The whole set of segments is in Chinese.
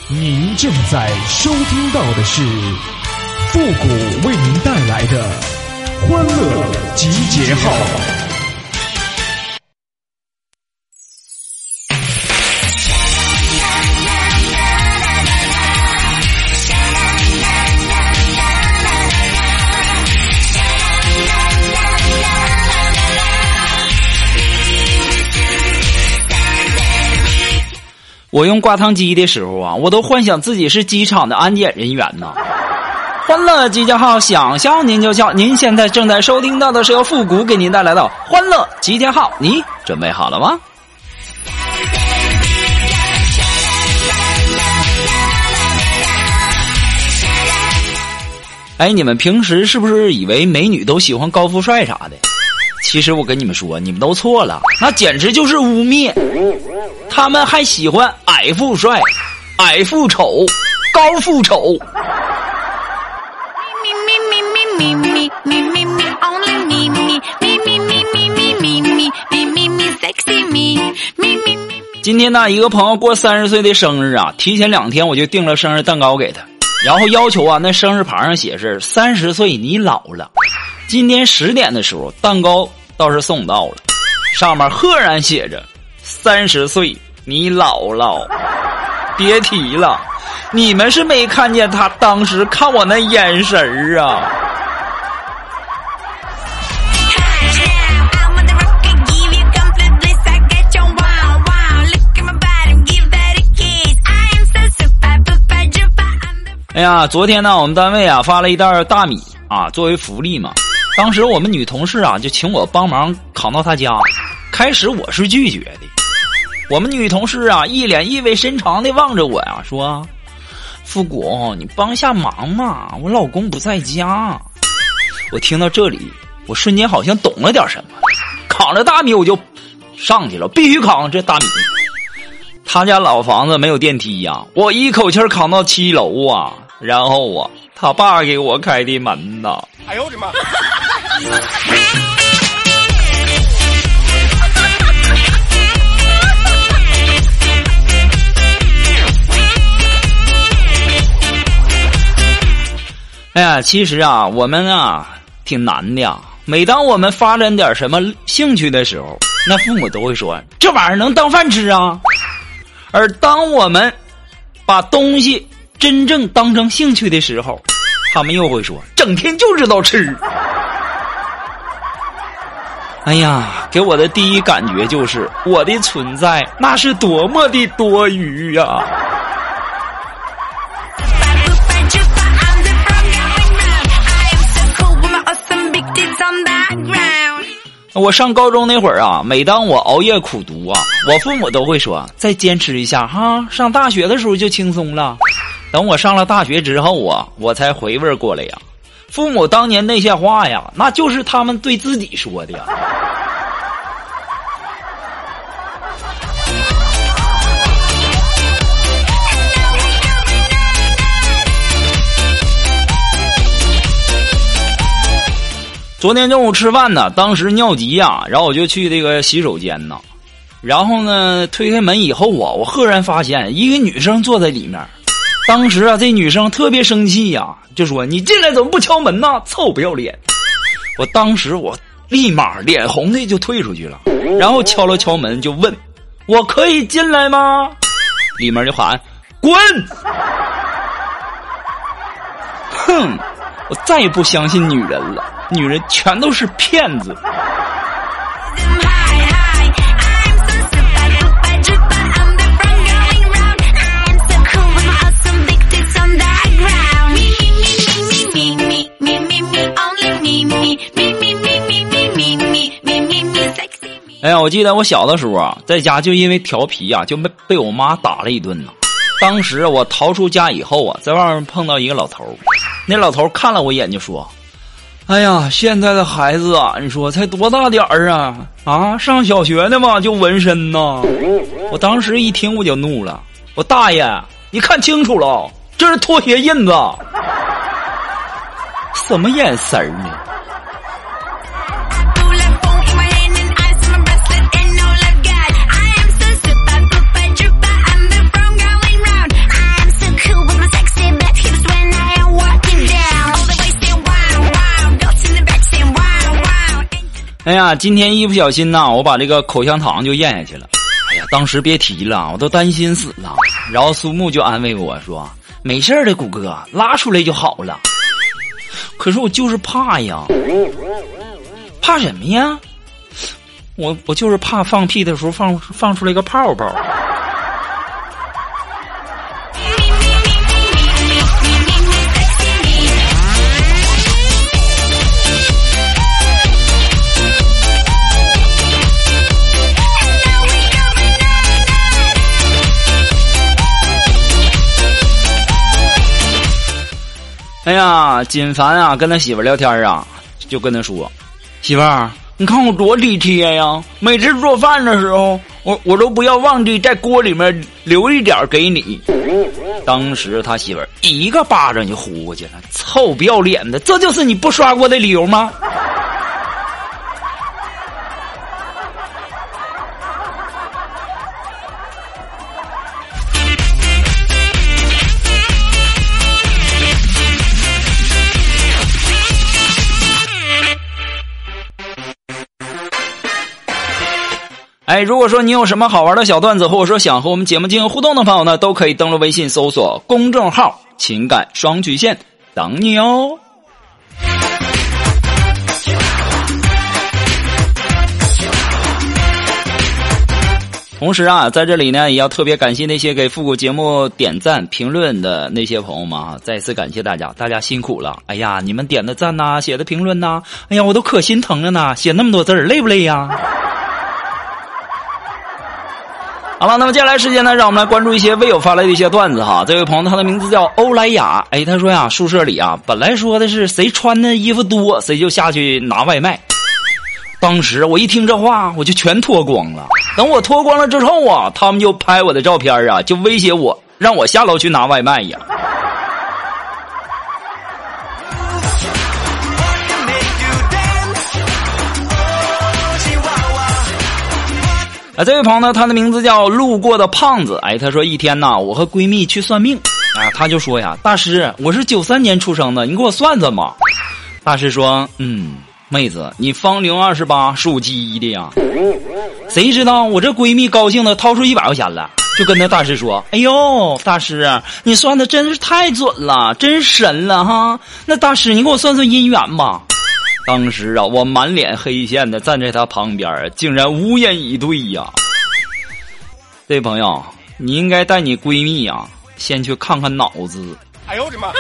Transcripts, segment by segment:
您正在收听到的是复古为您带来的欢乐集结号。 我用挂烫机的时候啊，我都幻想自己是机场的安检人员呢。欢乐集结号，想笑您就笑。您现在正在收听到的是由复古给您带来的欢乐集结号，你准备好了吗？哎，你们平时是不是以为美女都喜欢高富帅啥的？其实我跟你们说，你们都错了，那简直就是污蔑。他们还喜欢矮富帅、矮富丑、高富丑。今天呢，一个朋友过30岁的生日啊，提前2天我就订了生日蛋糕给他，然后要求啊，那生日牌上写是30岁你老了。今天10点的时候，蛋糕倒是送到了，上面赫然写着30岁你老了。别提了，你们是没看见他当时看我那眼神儿啊。哎呀，昨天呢，我们单位啊发了一袋大米啊，作为福利嘛。当时我们女同事啊就请我帮忙扛到她家，开始我是拒绝的。我们女同事啊一脸意味深长地望着我呀，说：“复古，你帮下忙嘛，我老公不在家。”我听到这里，我瞬间好像懂了点什么，扛着大米我就上去了，必须扛这大米。他家老房子没有电梯呀，我一口气扛到7楼啊，然后啊，他爸给我开的门呐。哎呦我的妈！哎呀，其实啊，我们啊挺难的呀。每当我们发展点什么兴趣的时候，那父母都会说：“这玩意儿能当饭吃啊？”而当我们把东西真正当成兴趣的时候，他们又会说：“整天就知道吃。”哎呀，给我的第一感觉就是我的存在那是多么的多余呀！我上高中那会儿啊，每当我熬夜苦读啊，我父母都会说：“再坚持一下哈，上大学的时候就轻松了。”等我上了大学之后啊，我才回味过来呀。父母当年那些话呀，那就是他们对自己说的呀。昨天中午吃饭呢，当时尿急呀，然后我就去这个洗手间呢，然后呢推开门以后啊，我赫然发现一个女生坐在里面。当时啊，这女生特别生气呀，就说：“你进来怎么不敲门呢？臭不要脸！”当时我立马脸红的就退出去了，然后敲了敲门就问：“我可以进来吗？”里面就喊：“滚！”哼，我再也不相信女人了，女人全都是骗子。哎呀，我记得我小的时候啊，在家就因为调皮啊，就被我妈打了一顿呢。当时我逃出家以后啊，在外面碰到一个老头，那老头看了我一眼就说：“哎呀，现在的孩子啊，你说才多大点儿啊？啊，上小学呢嘛就纹身呢。”我当时一听我就怒了，我大爷，你看清楚了，这是拖鞋印子，什么眼神呢？ 哎呀，今天一不小心呐，我把这个口香糖就咽下去了。哎呀，当时别提了，我都担心死了。然后苏木就安慰我说：“没事的，谷哥，拉出来就好了。”可是我就是怕呀，怕什么呀？我就是怕放屁的时候放出来个泡泡。哎呀，金凡啊，跟他媳妇聊天啊，就跟他说：“媳妇儿，你看我多体贴呀！每次做饭的时候，我都不要忘记在锅里面留一点给你。”当时他媳妇儿一个巴掌就呼过去了，臭不要脸的，这就是你不刷锅的理由吗？哎，如果说你有什么好玩的小段子，或者说想和我们节目进行互动的朋友呢，都可以登录微信搜索公众号情感双曲线等你哦。同时啊，在这里呢也要特别感谢那些给复古节目点赞评论的那些朋友们啊，再次感谢大家，大家辛苦了。哎呀，你们点的赞呐，写的评论呐，哎呀，我都可心疼了呢，写那么多字儿累不累呀？好了，那么接下来时间呢，让我们来关注一些微友发来的一些段子哈。这位朋友他的名字叫欧莱雅，哎，他说呀，宿舍里啊，本来说的是谁穿的衣服多，谁就下去拿外卖。当时我一听这话，我就全脱光了。等我脱光了之后啊，他们就拍我的照片啊，就威胁我，让我下楼去拿外卖呀。这位朋友呢，他的名字叫路过的胖子。哎，他说一天呢，我和闺蜜去算命啊，他就说呀，大师，我是93年出生的，你给我算算吧。大师说，妹子，你芳龄28，属鸡的呀。谁知道我这闺蜜高兴的掏出100块钱了，就跟那大师说，哎呦，大师，你算的真是太准了，真神了哈。那大师，你给我算算姻缘吧。当时啊，我满脸黑线的站在他旁边，竟然无言以对呀。这位朋友，你应该带你闺蜜啊，先去看看脑子。哎呦我的妈！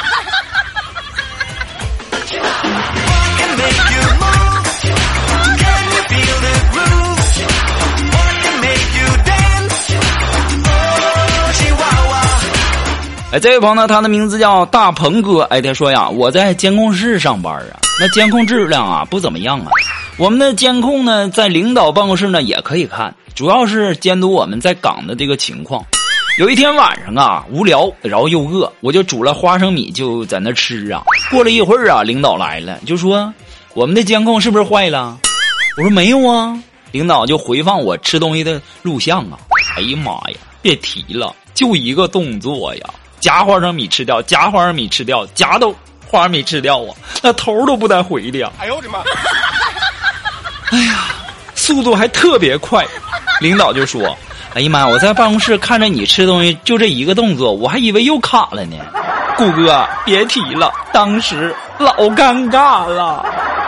哎，这位朋友呢，他的名字叫大鹏哥。哎，他说呀，我在监控室上班啊，那监控质量啊不怎么样啊。我们的监控呢，在领导办公室呢也可以看，主要是监督我们在岗的这个情况。有一天晚上啊，无聊，然后又饿，我就煮了花生米就在那吃啊。过了一会儿啊，领导来了，就说我们的监控是不是坏了？我说没有啊。领导就回放我吃东西的录像啊。哎呀妈呀，别提了，就一个动作呀。夹花生米吃掉，夹花生米吃掉，夹到花生米吃掉啊，那头都不带回的呀！哎呦我的妈！哎呀，速度还特别快。领导就说：“哎呀妈，我在办公室看着你吃东西，就这一个动作，我还以为又卡了呢。”顾哥，别提了，当时老尴尬了。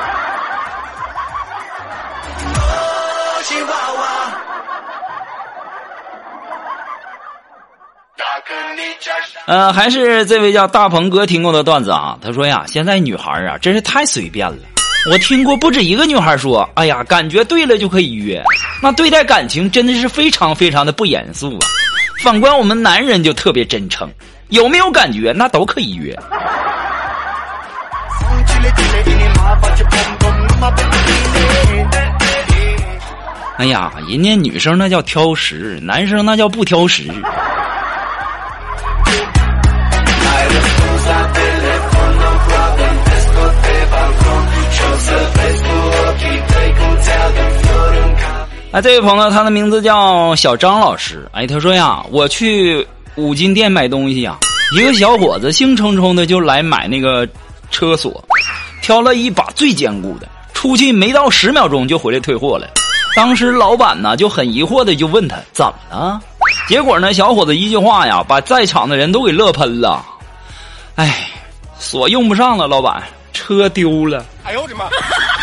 还是这位叫大鹏哥听过的段子啊。他说呀，现在女孩啊真是太随便了。我听过不止一个女孩说，哎呀，感觉对了就可以约，那对待感情真的是非常非常的不严肃啊。反观我们男人就特别真诚，有没有感觉那都可以约。哎呀，人家女生那叫挑食，男生那叫不挑食。这位朋友他的名字叫小张老师。哎，他说呀，我去五金店买东西啊，一个小伙子兴冲冲的就来买那个车锁，挑了一把最坚固的， 出去没到10秒钟就回来退货了。当时老板呢就很疑惑的就问他怎么了，结果呢小伙子一句话呀把在场的人都给乐喷了。哎，锁用不上了，老板，车丢了。哎呦我的妈！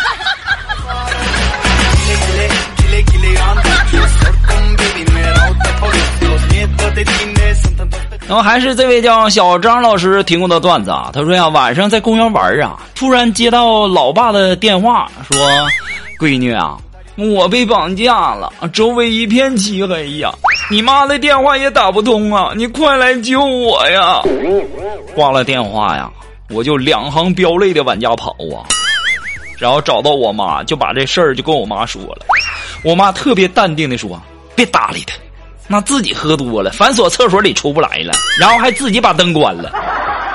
然后还是这位叫小张老师提供的段子啊，他说呀，晚上在公园玩啊，突然接到老爸的电话，说闺女啊，我被绑架了，周围一片漆黑呀，你妈的电话也打不通啊，你快来救我呀。挂了电话呀，我就2行飙泪的往家跑啊，然后找到我妈，就把这事儿就跟我妈说了。我妈特别淡定的说，别搭理他，那自己喝多了反锁厕所里出不来了，然后还自己把灯关了。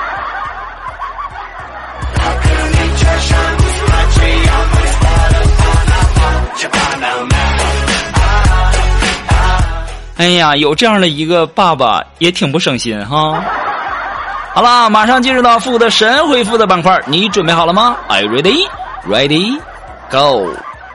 哎呀，有这样的一个爸爸也挺不省心哈。好了，马上进入到复古的神回复的板块，你准备好了吗？ Are you ready? Ready? Go!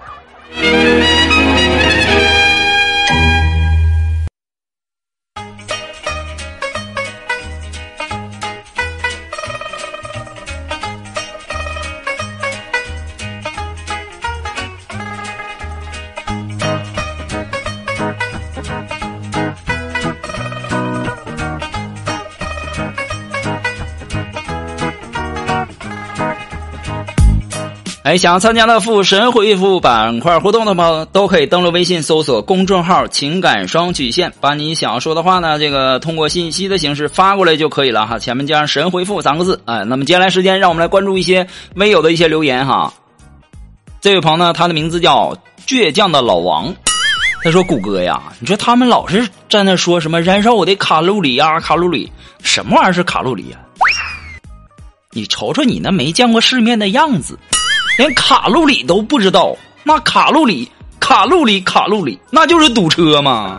想参加的复神回复板块活动的朋友都可以登录微信搜索公众号情感双曲线，把你想说的话呢通过信息的形式发过来就可以了哈，前面加上神回复3个字。那么接下来时间让我们来关注一些微友的一些留言哈。这位朋友呢，他的名字叫倔强的老王，他说谷歌呀，你说他们老是在那说什么燃烧我的卡路里啊，卡路里，什么玩意儿是卡路里啊？你瞅瞅你那没见过世面的样子，连卡路里都不知道，那卡路里，那就是堵车嘛。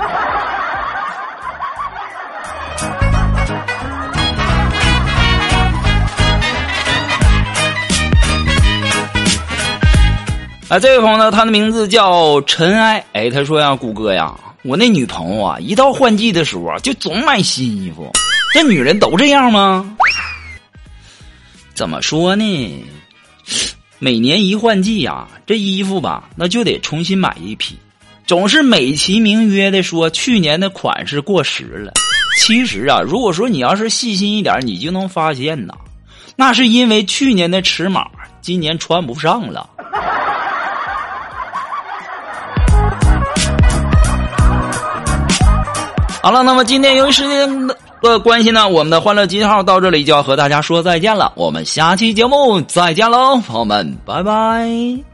这位朋友呢，他的名字叫尘埃。他说呀，谷歌呀，我那女朋友啊，一到换季的时候啊，就总买新衣服。这女人都这样吗？怎么说呢？每年一换季啊，这衣服吧，那就得重新买一批，总是美其名曰的说去年的款式过时了。其实啊，如果说你要是细心一点，你就能发现呐，那是因为去年的尺码今年穿不上了。好了，那么今天由于时间的关系呢，我们的欢乐记号到这里就要和大家说再见了，我们下期节目再见喽，朋友们，拜拜。